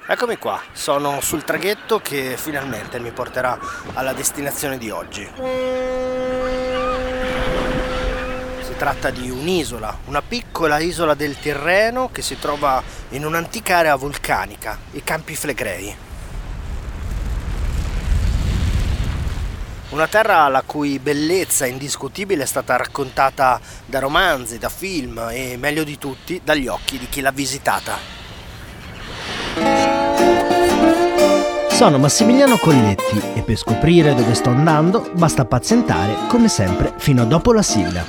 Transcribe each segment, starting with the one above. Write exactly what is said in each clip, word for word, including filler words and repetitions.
Eccomi qua, sono sul traghetto che finalmente mi porterà alla destinazione di oggi. Si tratta di un'isola, una piccola isola del Tirreno che si trova in un'antica area vulcanica, i Campi Flegrei. Una terra la cui bellezza indiscutibile è stata raccontata da romanzi, da film e, meglio di tutti, dagli occhi di chi l'ha visitata. Sono Massimiliano Colletti e per scoprire dove sto andando basta pazientare come sempre fino a dopo la sigla.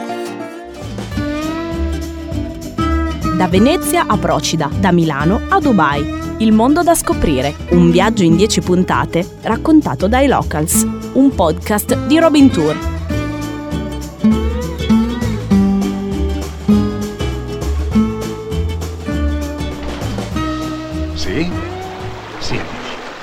Da Venezia a Procida, da Milano a Dubai. Il mondo da scoprire, un viaggio in dieci puntate raccontato dai Locals, un podcast di Robin Tour. Sì? Sì, amici.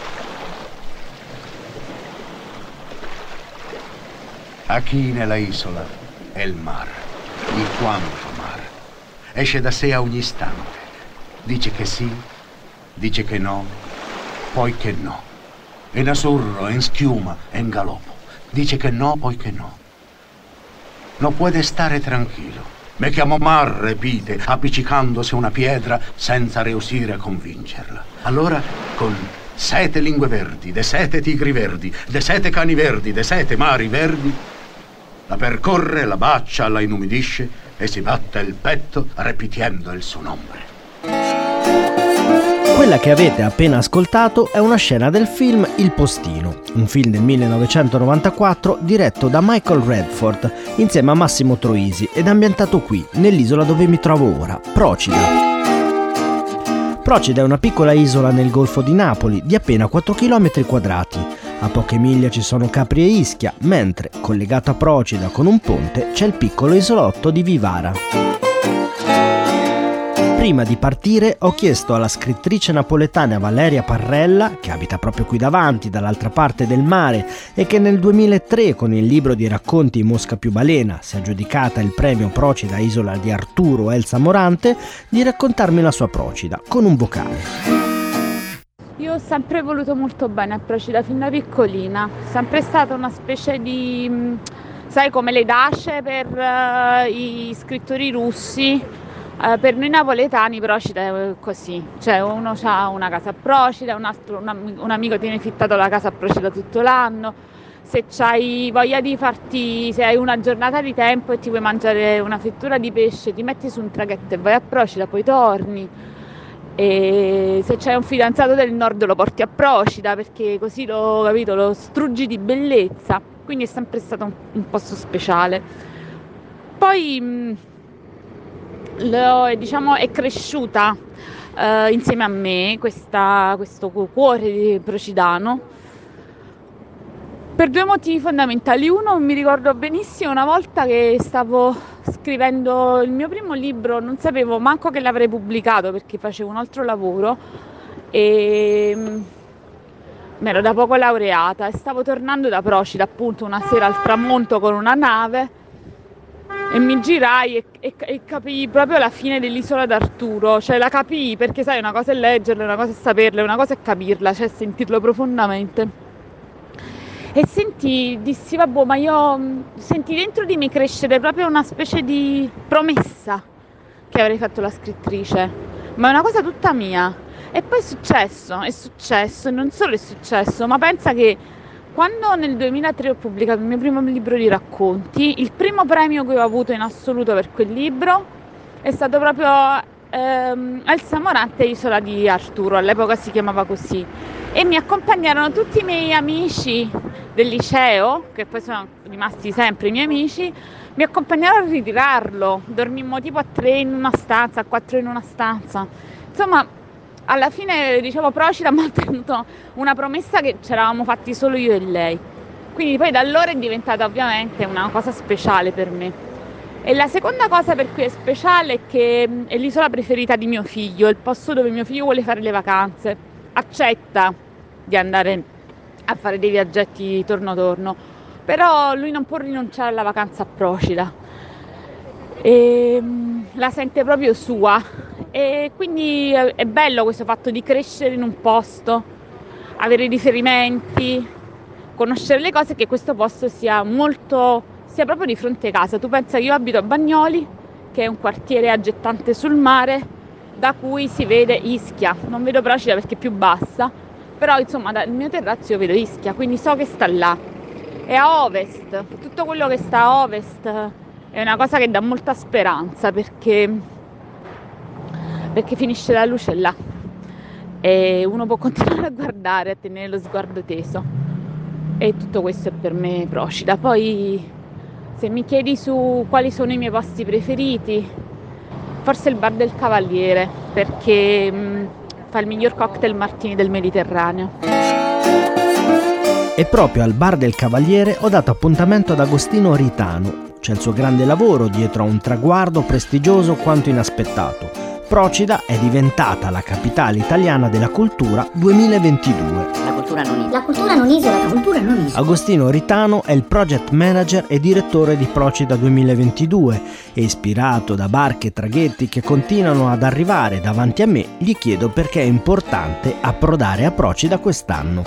Aquí nella isola è il mar, il quanto mar. Esce da sé a ogni istante. Dice che sì, dice che no, poi che no. En azzurro, en schiuma, en galoppo. Dice che no, poi che no. No puede stare tranquillo. Me chiamo mar, repite, appiccicandosi a una pietra senza riuscire a convincerla. Allora, con sette lingue verdi, de sette tigri verdi, de sette cani verdi, de sette mari verdi, la percorre, la bacia, la inumidisce e si batte il petto ripetendo il suo nome. Quella che avete appena ascoltato è una scena del film Il Postino, un film del millenovecentonovantaquattro diretto da Michael Radford insieme a Massimo Troisi ed ambientato qui, nell'isola dove mi trovo ora, Procida. Procida è una piccola isola nel Golfo di Napoli di appena quattro chilometri quadrati. A poche miglia ci sono Capri e Ischia, mentre, collegato a Procida con un ponte, c'è il piccolo isolotto di Vivara. Prima di partire ho chiesto alla scrittrice napoletana Valeria Parrella, che abita proprio qui davanti, dall'altra parte del mare, e che nel duemilatré con il libro di racconti Mosca più balena si è aggiudicata il premio Procida Isola di Arturo Elsa Morante, di raccontarmi la sua Procida, con un vocale. Io ho sempre voluto molto bene a Procida, fin da piccolina, sempre stata una specie di, sai, come le dace per uh, i scrittori russi, uh, per noi napoletani Procida è così, cioè uno ha una casa a Procida, un, altro, un, un amico tiene fittato la casa a Procida tutto l'anno, se c'hai voglia di farti, se hai una giornata di tempo e ti vuoi mangiare una frittura di pesce, ti metti su un traghetto e vai a Procida, poi torni. E se c'è un fidanzato del nord lo porti a Procida perché così lo, capito, lo struggi di bellezza, quindi è sempre stato un, un posto speciale. Poi mh, lo, diciamo, è cresciuta uh, insieme a me questa, questo cuore procidano per due motivi fondamentali. Uno, mi ricordo benissimo una volta che stavo scrivendo il mio primo libro, non sapevo manco che l'avrei pubblicato perché facevo un altro lavoro e mi ero da poco laureata e stavo tornando da Procida appunto una sera al tramonto con una nave e mi girai e, e, e capii proprio la fine dell'isola d'Arturo, cioè la capii perché sai, una cosa è leggerla, una cosa è saperla, una cosa è capirla, cioè sentirlo profondamente. E senti, dissi vabbè, ma io senti dentro di me crescere proprio una specie di promessa che avrei fatto la scrittrice, ma è una cosa tutta mia. E poi è successo, è successo, e non solo è successo, ma pensa che quando nel duemilatré ho pubblicato il mio primo libro di racconti, il primo premio che ho avuto in assoluto per quel libro è stato proprio ehm, Elsa Morante Isola di Arturo, all'epoca si chiamava così. E mi accompagnarono tutti i miei amici del liceo, che poi sono rimasti sempre i miei amici, mi accompagnarono a ritirarlo, dormimmo tipo a tre in una stanza, a quattro in una stanza, insomma alla fine dicevo Procida mi ha tenuto una promessa che ci eravamo fatti solo io e lei, quindi poi da allora è diventata ovviamente una cosa speciale per me. E la seconda cosa per cui è speciale è che è l'isola preferita di mio figlio, il posto dove mio figlio vuole fare le vacanze, accetta di andare a fare dei viaggetti torno torno, però lui non può rinunciare alla vacanza a Procida e la sente proprio sua E quindi è è bello questo fatto di crescere in un posto, avere riferimenti, conoscere le cose, che questo posto sia molto, sia proprio di fronte a casa. Tu pensa che io abito a Bagnoli, che è un quartiere aggettante sul mare, da cui si vede Ischia. Non vedo Procida perché è più bassa, però insomma dal mio terrazzo io vedo Ischia, quindi so che sta là. E a ovest, tutto quello che sta a ovest è una cosa che dà molta speranza, perché perché finisce la luce là e uno può continuare a guardare, a tenere lo sguardo teso, e tutto questo è per me Procida. Poi se mi chiedi su quali sono i miei posti preferiti, forse il bar del Cavaliere, perché mh, fa il miglior cocktail martini del Mediterraneo. E proprio al bar del Cavaliere ho dato appuntamento ad Agostino Ritano. C'è il suo grande lavoro dietro a un traguardo prestigioso quanto inaspettato. Procida è diventata la capitale italiana della cultura duemilaventidue. La cultura non isola. La cultura non isola. La cultura non isola. Agostino Ritano è il project manager e direttore di Procida duemilaventidue e, ispirato da barche e traghetti che continuano ad arrivare davanti a me, gli chiedo perché è importante approdare a Procida quest'anno.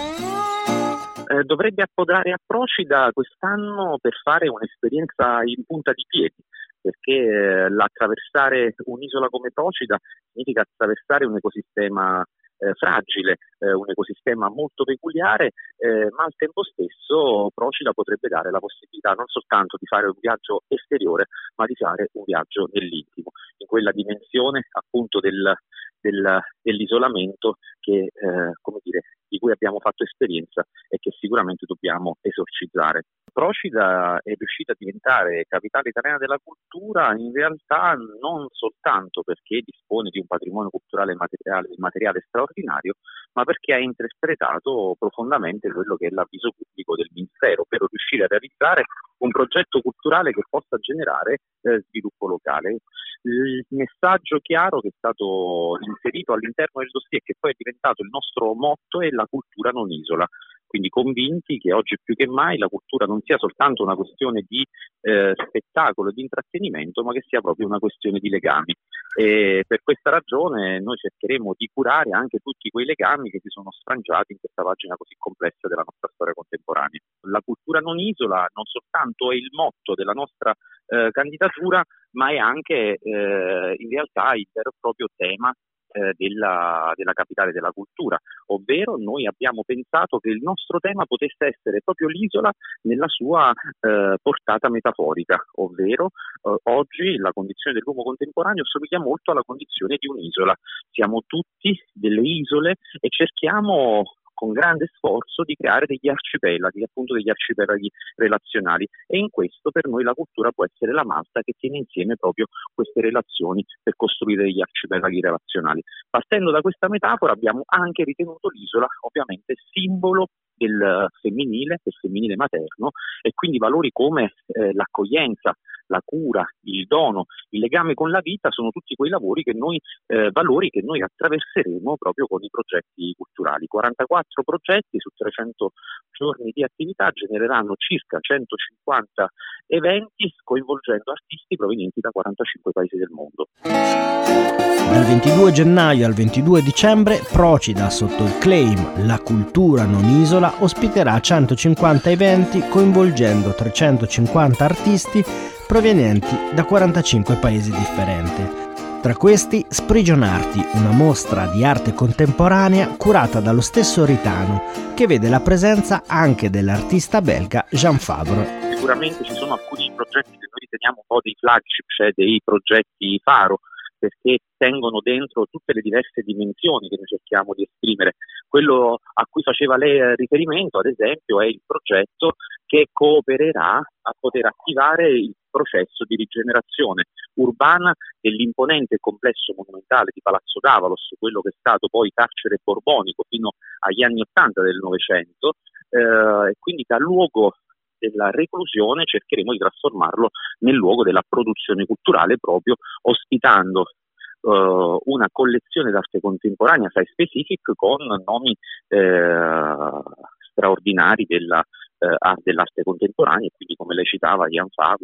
Eh, dovrebbe approdare a Procida quest'anno per fare un'esperienza in punta di piedi, perché eh, l'attraversare un'isola come Procida significa attraversare un ecosistema eh, fragile, eh, un ecosistema molto peculiare, eh, ma al tempo stesso Procida potrebbe dare la possibilità non soltanto di fare un viaggio esteriore, ma di fare un viaggio nell'intimo, in quella dimensione appunto del, del, dell'isolamento che, eh, come dire, di cui abbiamo fatto esperienza e che sicuramente dobbiamo esorcizzare. Procida è riuscita a diventare capitale italiana della cultura in realtà non soltanto perché dispone di un patrimonio culturale e materiale, materiale straordinario, ma perché ha interpretato profondamente quello che è l'avviso pubblico del Ministero, ovvero riuscire a realizzare un progetto culturale che possa generare eh, sviluppo locale. Il messaggio chiaro che è stato inserito all'interno del dossier, che poi è diventato il nostro motto, è la cultura non isola. Quindi convinti che oggi più che mai la cultura non sia soltanto una questione di eh, spettacolo, di intrattenimento, ma che sia proprio una questione di legami. E per questa ragione noi cercheremo di curare anche tutti quei legami che si sono sfrangiati in questa pagina così complessa della nostra storia contemporanea. La cultura non isola non soltanto è il motto della nostra eh, candidatura, ma è anche eh, in realtà il vero e proprio tema Della, della capitale della cultura, ovvero noi abbiamo pensato che il nostro tema potesse essere proprio l'isola nella sua eh, portata metaforica, ovvero eh, oggi la condizione dell'uomo contemporaneo somiglia molto alla condizione di un'isola. Siamo tutti delle isole e cerchiamo con grande sforzo di creare degli arcipelaghi, appunto degli arcipelaghi relazionali, e in questo per noi la cultura può essere la malta che tiene insieme proprio queste relazioni per costruire degli arcipelaghi relazionali. Partendo da questa metafora abbiamo anche ritenuto l'isola ovviamente simbolo del femminile, del femminile materno, e quindi valori come eh, l'accoglienza, la cura, il dono, il legame con la vita sono tutti quei lavori che noi, eh, valori che noi attraverseremo proprio con i progetti culturali. quarantaquattro progetti su trecento giorni di attività genereranno circa centocinquanta eventi coinvolgendo artisti provenienti da quarantacinque paesi del mondo. Dal ventidue gennaio al ventidue dicembre Procida, sotto il claim La cultura non isola, ospiterà centocinquanta eventi coinvolgendo trecentocinquanta artisti provenienti da quarantacinque paesi differenti. Tra questi Sprigionarti, una mostra di arte contemporanea curata dallo stesso Ritano, che vede la presenza anche dell'artista belga Jean Fabre. Sicuramente ci sono alcuni progetti che noi riteniamo un po' dei flagship, cioè dei progetti faro, perché tengono dentro tutte le diverse dimensioni che noi cerchiamo di esprimere. Quello a cui faceva lei riferimento, ad esempio, è il progetto che coopererà a poter attivare il processo di rigenerazione urbana dell'imponente complesso monumentale di Palazzo D'Avalos, quello che è stato poi carcere borbonico fino agli anni ottanta del Novecento, eh, e quindi da luogo della reclusione cercheremo di trasformarlo nel luogo della produzione culturale, proprio ospitando uh, una collezione d'arte contemporanea site specific con nomi eh, straordinari della, eh, dell'arte contemporanea, e quindi, come lei citava, Jan Fabre,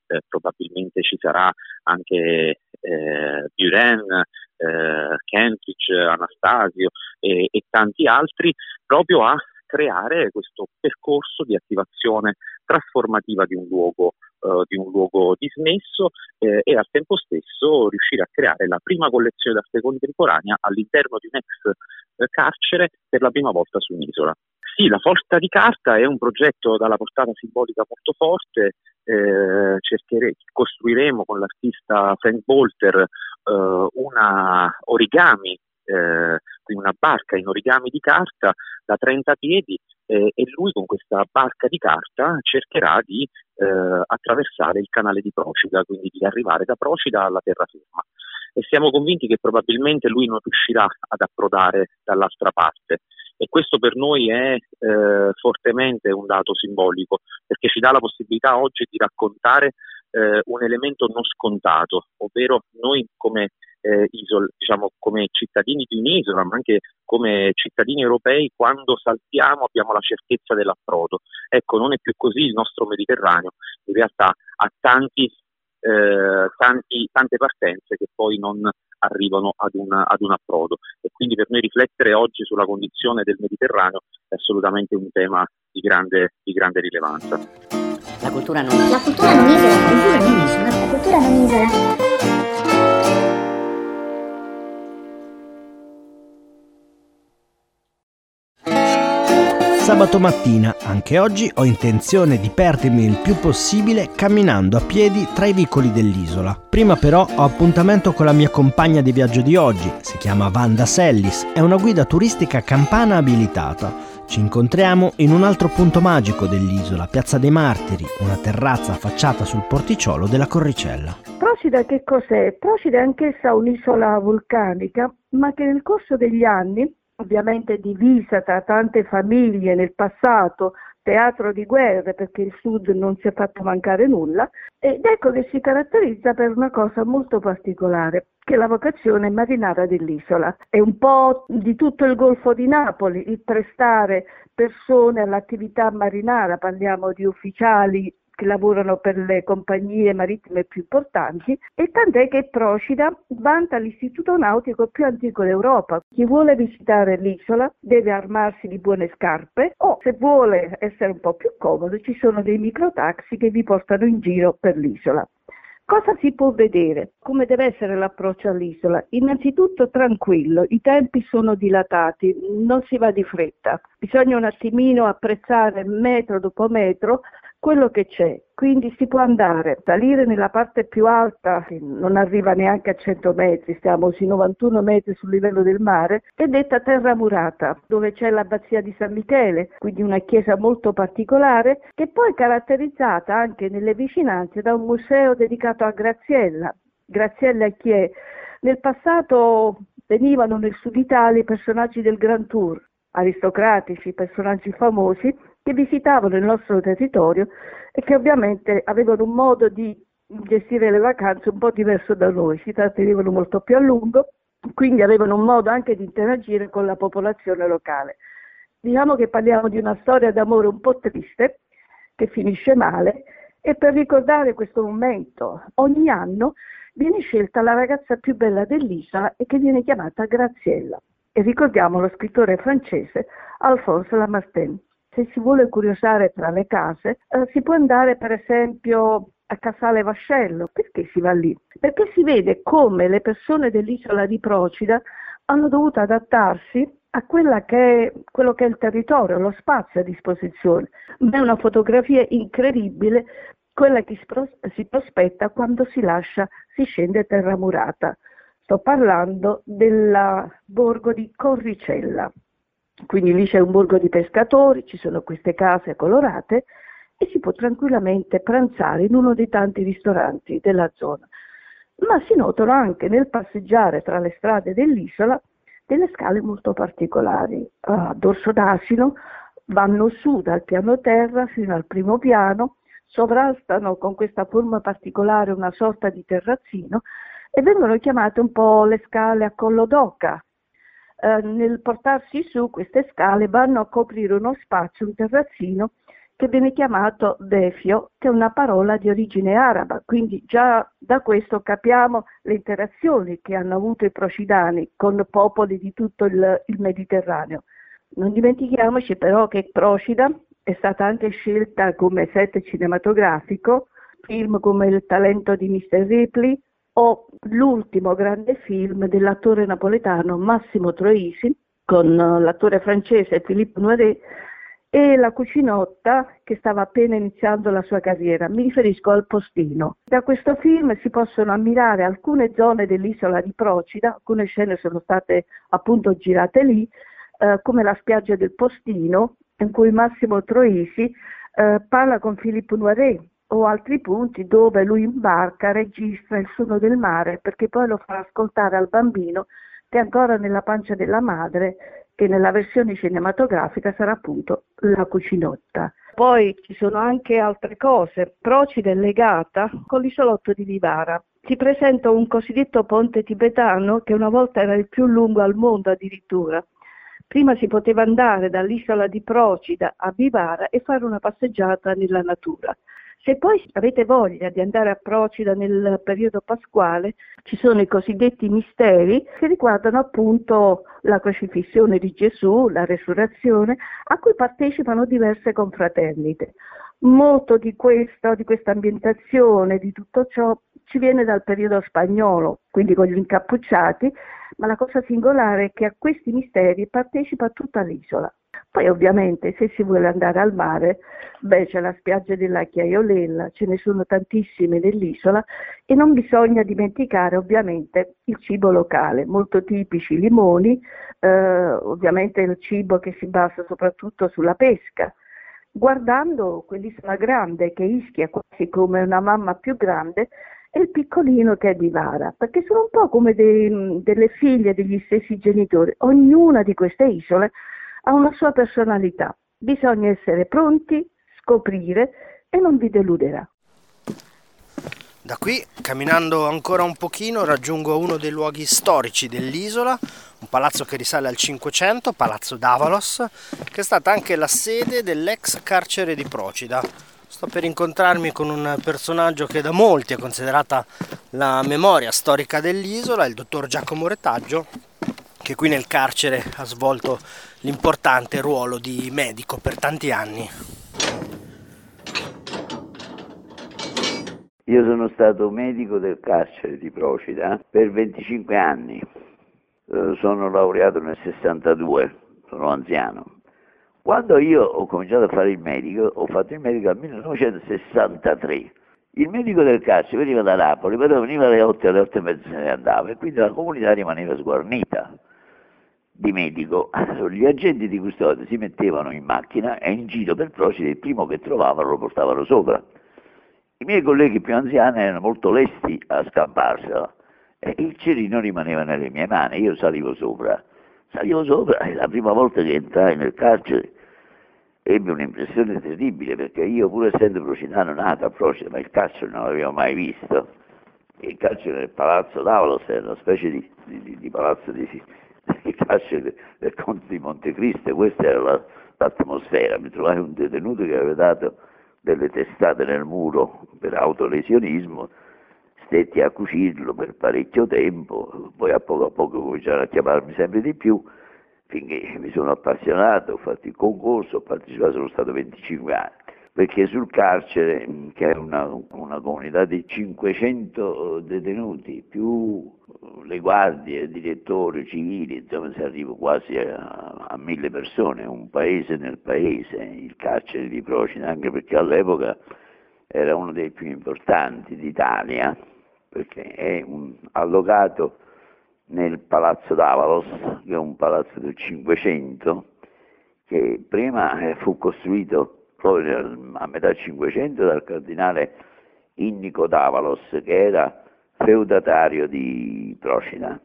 eh, probabilmente ci sarà anche eh, Buren, eh, Kentridge, Anastasio e, e tanti altri, proprio a creare questo percorso di attivazione trasformativa di un luogo, eh, di un luogo dismesso eh, e al tempo stesso riuscire a creare la prima collezione d'arte contemporanea all'interno di un ex eh, carcere per la prima volta su un'isola. Sì, la Forta di Carta è un progetto dalla portata simbolica molto forte. Eh, cerchere, costruiremo con l'artista Frank Bolter eh, una origami, eh, quindi una barca in origami di carta da trenta piedi eh, e lui con questa barca di carta cercherà di eh, attraversare il canale di Procida, quindi di arrivare da Procida alla terraferma. E siamo convinti che probabilmente lui non riuscirà ad approdare dall'altra parte. E questo per noi è eh, fortemente un dato simbolico, perché ci dà la possibilità oggi di raccontare eh, un elemento non scontato, ovvero noi come, eh, isol, diciamo, come cittadini di un'isola, ma anche come cittadini europei, quando saltiamo abbiamo la certezza dell'approdo. Ecco, non è più così, il nostro Mediterraneo in realtà ha tanti, eh, tanti, tante partenze che poi non arrivano ad, una, ad un approdo, e quindi per noi riflettere oggi sulla condizione del Mediterraneo è assolutamente un tema di grande, di grande rilevanza. La cultura non isola. La cultura non isola. La cultura non isola. La cultura non isola. Sabato mattina, anche oggi, ho intenzione di perdermi il più possibile camminando a piedi tra i vicoli dell'isola. Prima però ho appuntamento con la mia compagna di viaggio di oggi, si chiama Wanda Sellis, è una guida turistica campana abilitata. Ci incontriamo in un altro punto magico dell'isola, Piazza dei Martiri, una terrazza affacciata sul porticciolo della Corricella. Procida che cos'è? Procida è anch'essa un'isola vulcanica, ma che nel corso degli anni, ovviamente divisa tra tante famiglie nel passato, teatro di guerre perché il sud non si è fatto mancare nulla, ed ecco che si caratterizza per una cosa molto particolare, che è la vocazione marinara dell'isola. È un po' di tutto il Golfo di Napoli il prestare persone all'attività marinara, parliamo di ufficiali che lavorano per le compagnie marittime più importanti, e tant'è che Procida vanta l'istituto nautico più antico d'Europa. Chi vuole visitare l'isola deve armarsi di buone scarpe o, se vuole essere un po' più comodo, ci sono dei microtaxi che vi portano in giro per l'isola. Cosa si può vedere? Come deve essere l'approccio all'isola? Innanzitutto tranquillo, i tempi sono dilatati, non si va di fretta, bisogna un attimino apprezzare metro dopo metro quello che c'è, quindi si può andare, salire nella parte più alta, che non arriva neanche a cento metri, stiamo sui novantuno metri sul livello del mare, è detta Terra Murata, dove c'è l'abbazia di San Michele, quindi una chiesa molto particolare, che poi è caratterizzata anche nelle vicinanze da un museo dedicato a Graziella. Graziella chi è? Nel passato venivano nel sud Italia i personaggi del Grand Tour, aristocratici, personaggi famosi, che visitavano il nostro territorio e che ovviamente avevano un modo di gestire le vacanze un po' diverso da noi, si trattenevano molto più a lungo, quindi avevano un modo anche di interagire con la popolazione locale. Diciamo che parliamo di una storia d'amore un po' triste, che finisce male, e per ricordare questo momento ogni anno viene scelta la ragazza più bella dell'isola e che viene chiamata Graziella. E ricordiamo lo scrittore francese Alphonse Lamartine. Se si vuole curiosare tra le case, eh, si può andare per esempio a Casale Vascello. Perché si va lì? Perché si vede come le persone dell'isola di Procida hanno dovuto adattarsi a quella che è, quello che è il territorio, lo spazio a disposizione. Ma è una fotografia incredibile quella che si, pros- si prospetta quando si lascia, si scende Terra Murata. Sto parlando del borgo di Corricella. Quindi lì c'è un borgo di pescatori, ci sono queste case colorate e si può tranquillamente pranzare in uno dei tanti ristoranti della zona. Ma si notano anche nel passeggiare tra le strade dell'isola delle scale molto particolari. A dorso d'asino vanno su dal piano terra fino al primo piano, sovrastano con questa forma particolare una sorta di terrazzino e vengono chiamate un po' le scale a collo d'oca. Eh, nel portarsi su queste scale vanno a coprire uno spazio, un terrazzino, che viene chiamato defio, che è una parola di origine araba, quindi già da questo capiamo le interazioni che hanno avuto i procidani con popoli di tutto il, il Mediterraneo. Non dimentichiamoci però che Procida è stata anche scelta come set cinematografico, film come Il talento di mister Ripley o l'ultimo grande film dell'attore napoletano Massimo Troisi con l'attore francese Philippe Noiret e La cucinotta, che stava appena iniziando la sua carriera. Mi riferisco al Postino. Da questo film si possono ammirare alcune zone dell'isola di Procida, alcune scene sono state appunto girate lì, eh, come la spiaggia del Postino, in cui Massimo Troisi eh, parla con Philippe Noiret, o altri punti dove lui in barca registra il suono del mare, perché poi lo farà ascoltare al bambino che è ancora nella pancia della madre, che nella versione cinematografica sarà appunto La cucinotta. Poi ci sono anche altre cose. Procida è legata con l'isolotto di Vivara. Si presenta un cosiddetto ponte tibetano che una volta era il più lungo al mondo addirittura. Prima si poteva andare dall'isola di Procida a Vivara e fare una passeggiata nella natura. Se poi avete voglia di andare a Procida nel periodo pasquale, ci sono i cosiddetti misteri che riguardano appunto la crocifissione di Gesù, la resurrezione, a cui partecipano diverse confraternite. Molto di questa, di questa ambientazione, di tutto ciò, ci viene dal periodo spagnolo, quindi con gli incappucciati, ma la cosa singolare è che a questi misteri partecipa tutta l'isola. Poi ovviamente se si vuole andare al mare, beh, c'è la spiaggia della Chiaiolella, ce ne sono tantissime nell'isola e non bisogna dimenticare ovviamente il cibo locale, molto tipici i limoni, eh, ovviamente il cibo che si basa soprattutto sulla pesca. Guardando quell'isola grande che Ischia quasi come una mamma più grande e il piccolino che è di Vara, perché sono un po' come dei, delle figlie degli stessi genitori, ognuna di queste isole ha una sua personalità, bisogna essere pronti, scoprire e non vi deluderà. Da qui, camminando ancora un pochino, raggiungo uno dei luoghi storici dell'isola, un palazzo che risale al Cinquecento, Palazzo d'Avalos, che è stata anche la sede dell'ex carcere di Procida. Sto per incontrarmi con un personaggio che da molti è considerata la memoria storica dell'isola, il dottor Giacomo Retaggio, che qui nel carcere ha svolto l'importante ruolo di medico per tanti anni. Io sono stato medico del carcere di Procida per venticinque anni, eh, sono laureato nel sessantadue, sono anziano. Quando io ho cominciato a fare il medico, ho fatto il medico nel millenovecentosessantatré. Il medico del carcere veniva da Napoli, però veniva alle otto, alle otto e mezza se ne andava e quindi la comunità rimaneva sguarnita di medico. Gli agenti di custodia si mettevano in macchina e in giro per Procida il primo che trovavano lo portavano sopra. I miei colleghi più anziani erano molto lesti a scamparsela e il cerino rimaneva nelle mie mani, io salivo sopra. Salivo sopra e la prima volta che entrai nel carcere ebbe un'impressione terribile, perché io, pur essendo procidano nato a Procida, ma il carcere non l'avevo mai visto. Il carcere del Palazzo d'Avalos era una specie di, di, di palazzo di, di carcere del Conte di Montecristo, questa era la, l'atmosfera. Mi trovai un detenuto che aveva dato delle testate nel muro per autolesionismo, stetti a cucirlo per parecchio tempo, poi a poco a poco cominciarono a chiamarmi sempre di più, finché mi sono appassionato, ho fatto il concorso, ho partecipato, sono stato venticinque anni, perché sul carcere, che è una, una comunità di cinquecento detenuti, più le guardie, direttori civili, insomma si arriva quasi a, a mille persone, un paese nel paese, il carcere di Procida, anche perché all'epoca era uno dei più importanti d'Italia, perché è un, allocato nel Palazzo d'Avalos, che è un palazzo del Cinquecento, che prima fu costruito proprio a metà Cinquecento dal cardinale Innico d'Avalos, che era feudatario di Procida.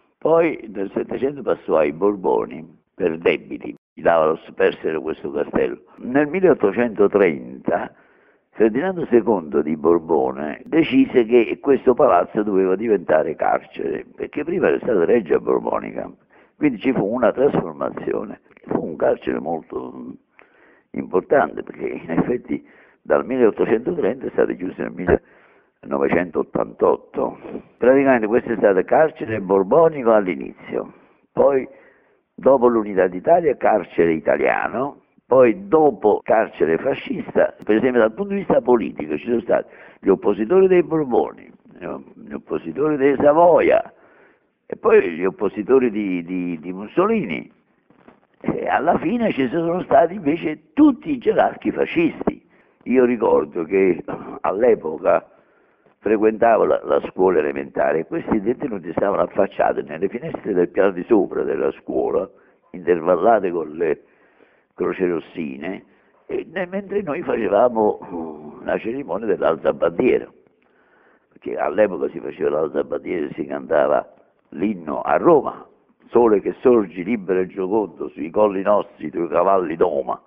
Poi nel Settecento passò ai Borboni per debiti, i d'Avalos persero questo castello. Nel milleottocentotrenta Ferdinando secondo di Borbone decise che questo palazzo doveva diventare carcere, perché prima era stata Regia Borbonica, quindi ci fu una trasformazione. Fu un carcere molto importante importante, perché in effetti dal milleottocentotrenta è stato chiuso nel millenovecentottantotto. Praticamente questo è stato carcere borbonico all'inizio, poi dopo l'unità d'Italia carcere italiano, poi dopo carcere fascista. Per esempio dal punto di vista politico ci sono stati gli oppositori dei Borboni, gli oppositori dei Savoia e poi gli oppositori di, di, di Mussolini, e alla fine ci sono stati invece tutti i gerarchi fascisti. Io ricordo che all'epoca frequentavo la, la scuola elementare e questi detenuti stavano affacciati nelle finestre del piano di sopra della scuola, intervallate con le crocerossine, e mentre noi facevamo la cerimonia dell'alzabandiera, perché all'epoca si faceva l'alzabandiera e si cantava l'inno a Roma, sole che sorgi libero e giocondo sui colli nostri, tui cavalli d'oma.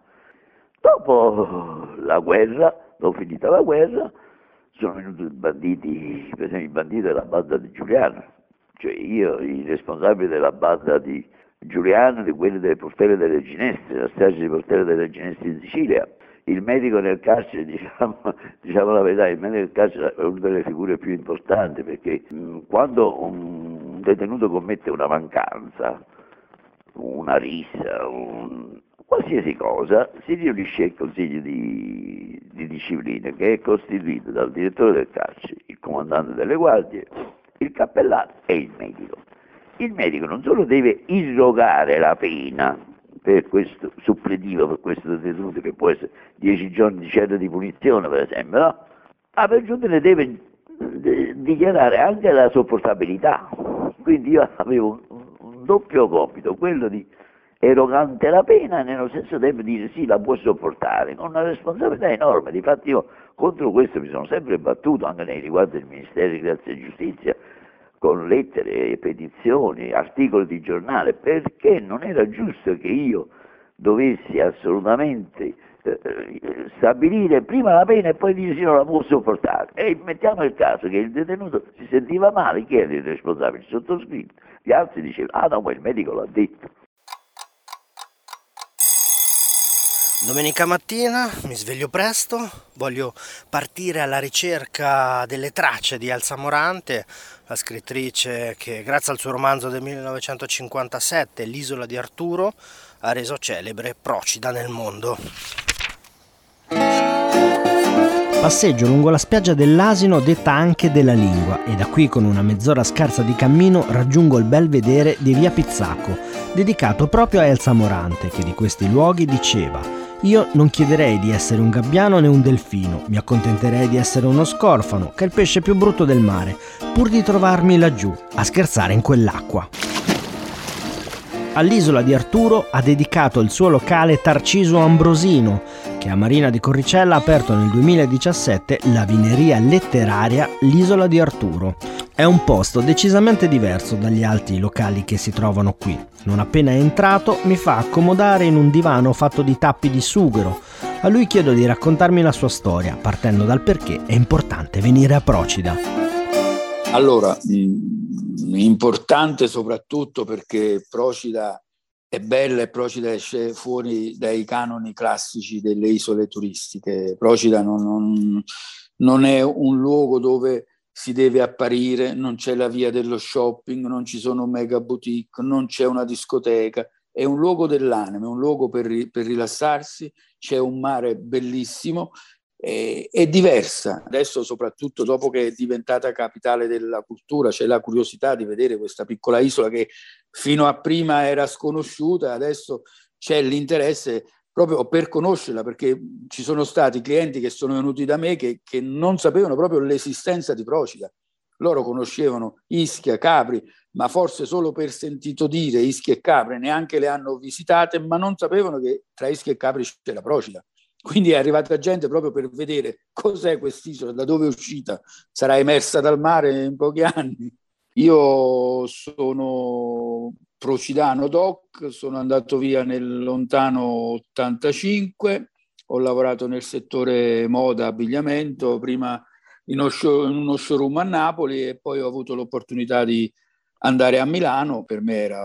Dopo la guerra, dopo finita la guerra, sono venuti i banditi, per esempio i banditi della banda di Giuliano, cioè io, i responsabili della banda di Giuliano, di quelli delle Portelle delle Ginestre, la strage di Portelle delle Ginestre in Sicilia. Il medico nel carcere, diciamo, diciamo la verità, il medico nel carcere è una delle figure più importanti, perché mh, quando un detenuto commette una mancanza, una rissa, un, qualsiasi cosa, si riunisce il consiglio di, di disciplina, che è costituito dal direttore del carcere, il comandante delle guardie, il cappellano e il medico. Il medico non solo deve irrogare la pena per questo suppletivo, per questo detenuto, che può essere dieci giorni di cella di punizione per esempio, no? Ma per giunta ne deve dichiarare anche la sopportabilità. Quindi io avevo un, un doppio compito, quello di erogante la pena e nello stesso tempo dire sì, la può sopportare, con una responsabilità enorme. Difatti io contro questo mi sono sempre battuto anche nei riguardi del Ministero di Grazia e Giustizia, con lettere, petizioni, articoli di giornale, perché non era giusto che io dovessi assolutamente eh, stabilire prima la pena e poi dire sì, non la può sopportare. E mettiamo il caso che il detenuto si sentiva male, chi era il responsabile? Il sottoscritto. Gli altri dicevano, ah no, ma il medico l'ha detto. Domenica mattina mi sveglio presto, voglio partire alla ricerca delle tracce di Elsa Morante, la scrittrice che grazie al suo romanzo del millenovecentocinquantasette, L'isola di Arturo, ha reso celebre Procida nel mondo. Passeggio lungo la spiaggia dell'Asino, detta anche della Lingua, e da qui con una mezz'ora scarsa di cammino raggiungo il bel vedere di Via Pizzacco, dedicato proprio a Elsa Morante, che di questi luoghi diceva: io non chiederei di essere un gabbiano né un delfino, mi accontenterei di essere uno scorfano, che è il pesce più brutto del mare, pur di trovarmi laggiù, a scherzare in quell'acqua. All'isola di Arturo ha dedicato il suo locale Tarciso Ambrosino, che a Marina di Corricella ha aperto nel duemiladiciassette la vineria letteraria L'Isola di Arturo. È un posto decisamente diverso dagli altri locali che si trovano qui. Non appena entrato mi fa accomodare in un divano fatto di tappi di sughero. A lui chiedo di raccontarmi la sua storia, partendo dal perché è importante venire a Procida. Allora, mh, importante soprattutto perché Procida è bella e Procida esce fuori dai canoni classici delle isole turistiche. Procida non, non, non è un luogo dove si deve apparire, non c'è la via dello shopping, non ci sono mega boutique, non c'è una discoteca, è un luogo dell'anima, è un luogo per, per rilassarsi, c'è un mare bellissimo, è, è diversa. Adesso soprattutto dopo che è diventata capitale della cultura c'è la curiosità di vedere questa piccola isola che fino a prima era sconosciuta, adesso c'è l'interesse proprio per conoscerla, perché ci sono stati clienti che sono venuti da me che, che non sapevano proprio l'esistenza di Procida. Loro conoscevano Ischia, Capri, ma forse solo per sentito dire Ischia e Capri, neanche le hanno visitate, ma non sapevano che tra Ischia e Capri c'è la Procida. Quindi è arrivata gente proprio per vedere cos'è quest'isola, da dove è uscita, sarà emersa dal mare in pochi anni. Io sono procidano doc, sono andato via nel lontano ottantacinque, ho lavorato nel settore moda, abbigliamento, prima in, uno show, in uno showroom a Napoli e poi ho avuto l'opportunità di andare a Milano. Per me era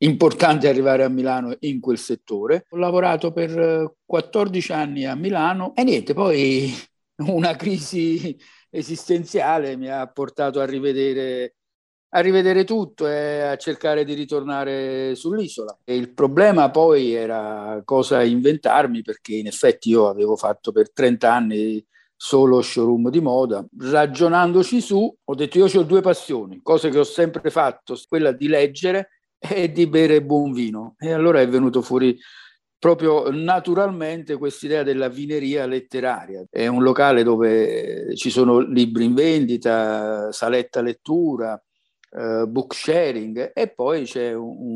importante arrivare a Milano in quel settore. Ho lavorato per quattordici anni a Milano e niente, poi una crisi esistenziale mi ha portato a rivedere, a rivedere tutto e a cercare di ritornare sull'isola. E il problema poi era cosa inventarmi, perché in effetti io avevo fatto per trenta anni solo showroom di moda. Ragionandoci su, ho detto io ho due passioni, cose che ho sempre fatto, quella di leggere e di bere buon vino. E allora è venuto fuori proprio naturalmente quest'idea della vineria letteraria. È un locale dove ci sono libri in vendita, saletta lettura, Uh, book sharing, e poi c'è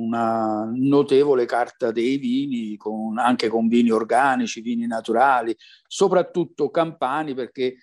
una notevole carta dei vini, con, anche con vini organici, vini naturali, soprattutto campani, perché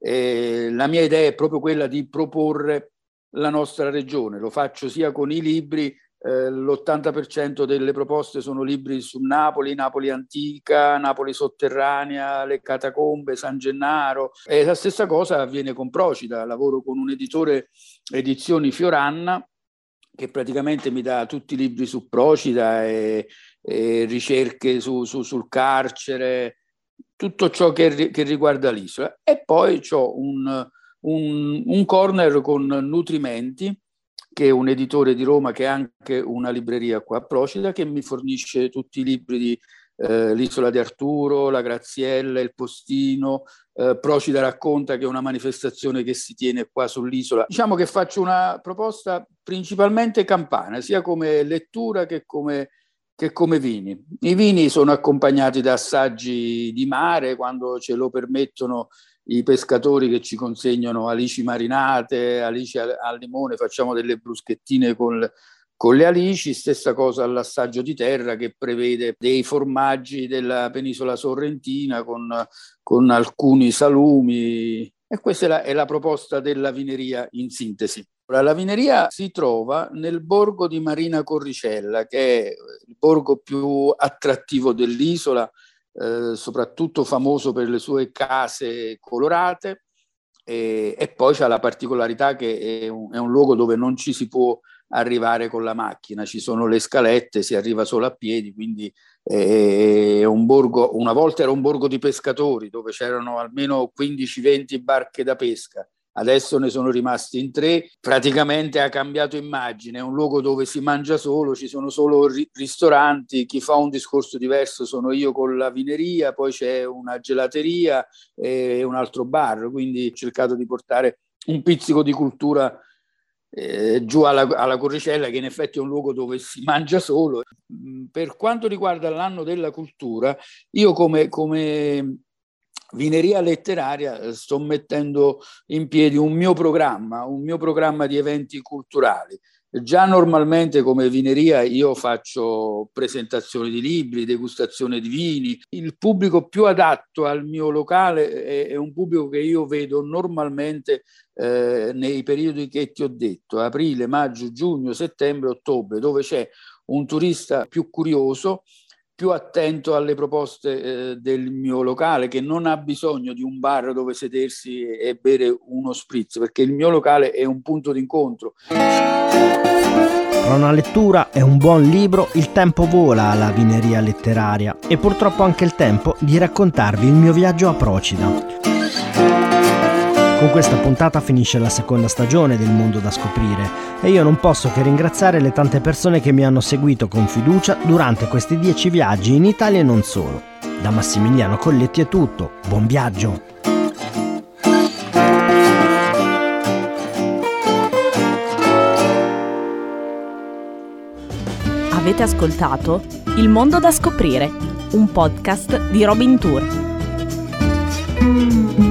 eh, la mia idea è proprio quella di proporre la nostra regione. Lo faccio sia con i libri, eh, l'ottanta per cento delle proposte sono libri su Napoli, Napoli antica, Napoli sotterranea, le catacombe, San Gennaro, e la stessa cosa avviene con Procida. Lavoro con un editore, Edizioni Fioranna, che praticamente mi dà tutti i libri su Procida e, e ricerche su, su, sul carcere, tutto ciò che, che riguarda l'isola. E poi ho un, un, un corner con Nutrimenti, che è un editore di Roma che ha anche una libreria qua a Procida, che mi fornisce tutti i libri di eh, l'Isola di Arturo, la Graziella, il Postino, eh, Procida racconta, che è una manifestazione che si tiene qua sull'isola. Diciamo che faccio una proposta principalmente campana, sia come lettura che come, che come vini. I vini sono accompagnati da assaggi di mare, quando ce lo permettono i pescatori, che ci consegnano alici marinate, alici al, al limone, facciamo delle bruschettine con, con le alici. Stessa cosa all'assaggio di terra, che prevede dei formaggi della penisola sorrentina con, con alcuni salumi, e questa è la, è la proposta della vineria in sintesi. La vineria si trova nel borgo di Marina Corricella, che è il borgo più attrattivo dell'isola, Eh, soprattutto famoso per le sue case colorate, e, e poi c'ha la particolarità che è un, è un luogo dove non ci si può arrivare con la macchina, ci sono le scalette, si arriva solo a piedi, quindi è un borgo, una volta era un borgo di pescatori dove c'erano almeno quindici venti barche da pesca. Adesso ne sono rimasti in tre, praticamente ha cambiato immagine, è un luogo dove si mangia solo, ci sono solo ri- ristoranti, chi fa un discorso diverso sono io con la vineria, poi c'è una gelateria e un altro bar, quindi ho cercato di portare un pizzico di cultura eh, giù alla, alla Corricella, che in effetti è un luogo dove si mangia solo. Per quanto riguarda l'anno della cultura, io come... come Vineria Letteraria sto mettendo in piedi un mio programma, un mio programma di eventi culturali. Già normalmente come vineria io faccio presentazioni di libri, degustazione di vini. Il pubblico più adatto al mio locale è, è un pubblico che io vedo normalmente eh, nei periodi che ti ho detto, aprile, maggio, giugno, settembre, ottobre, dove c'è un turista più curioso, più attento alle proposte eh, del mio locale, che non ha bisogno di un bar dove sedersi e, e bere uno spritz, perché il mio locale è un punto d'incontro. Tra una lettura e un buon libro, il tempo vola alla Vineria Letteraria, e purtroppo anche il tempo di raccontarvi il mio viaggio a Procida. Con questa puntata finisce la seconda stagione del Mondo da Scoprire, e io non posso che ringraziare le tante persone che mi hanno seguito con fiducia durante questi dieci viaggi in Italia e non solo. Da Massimiliano Colletti è tutto, buon viaggio! Avete ascoltato Il Mondo da Scoprire, un podcast di Robin Tour.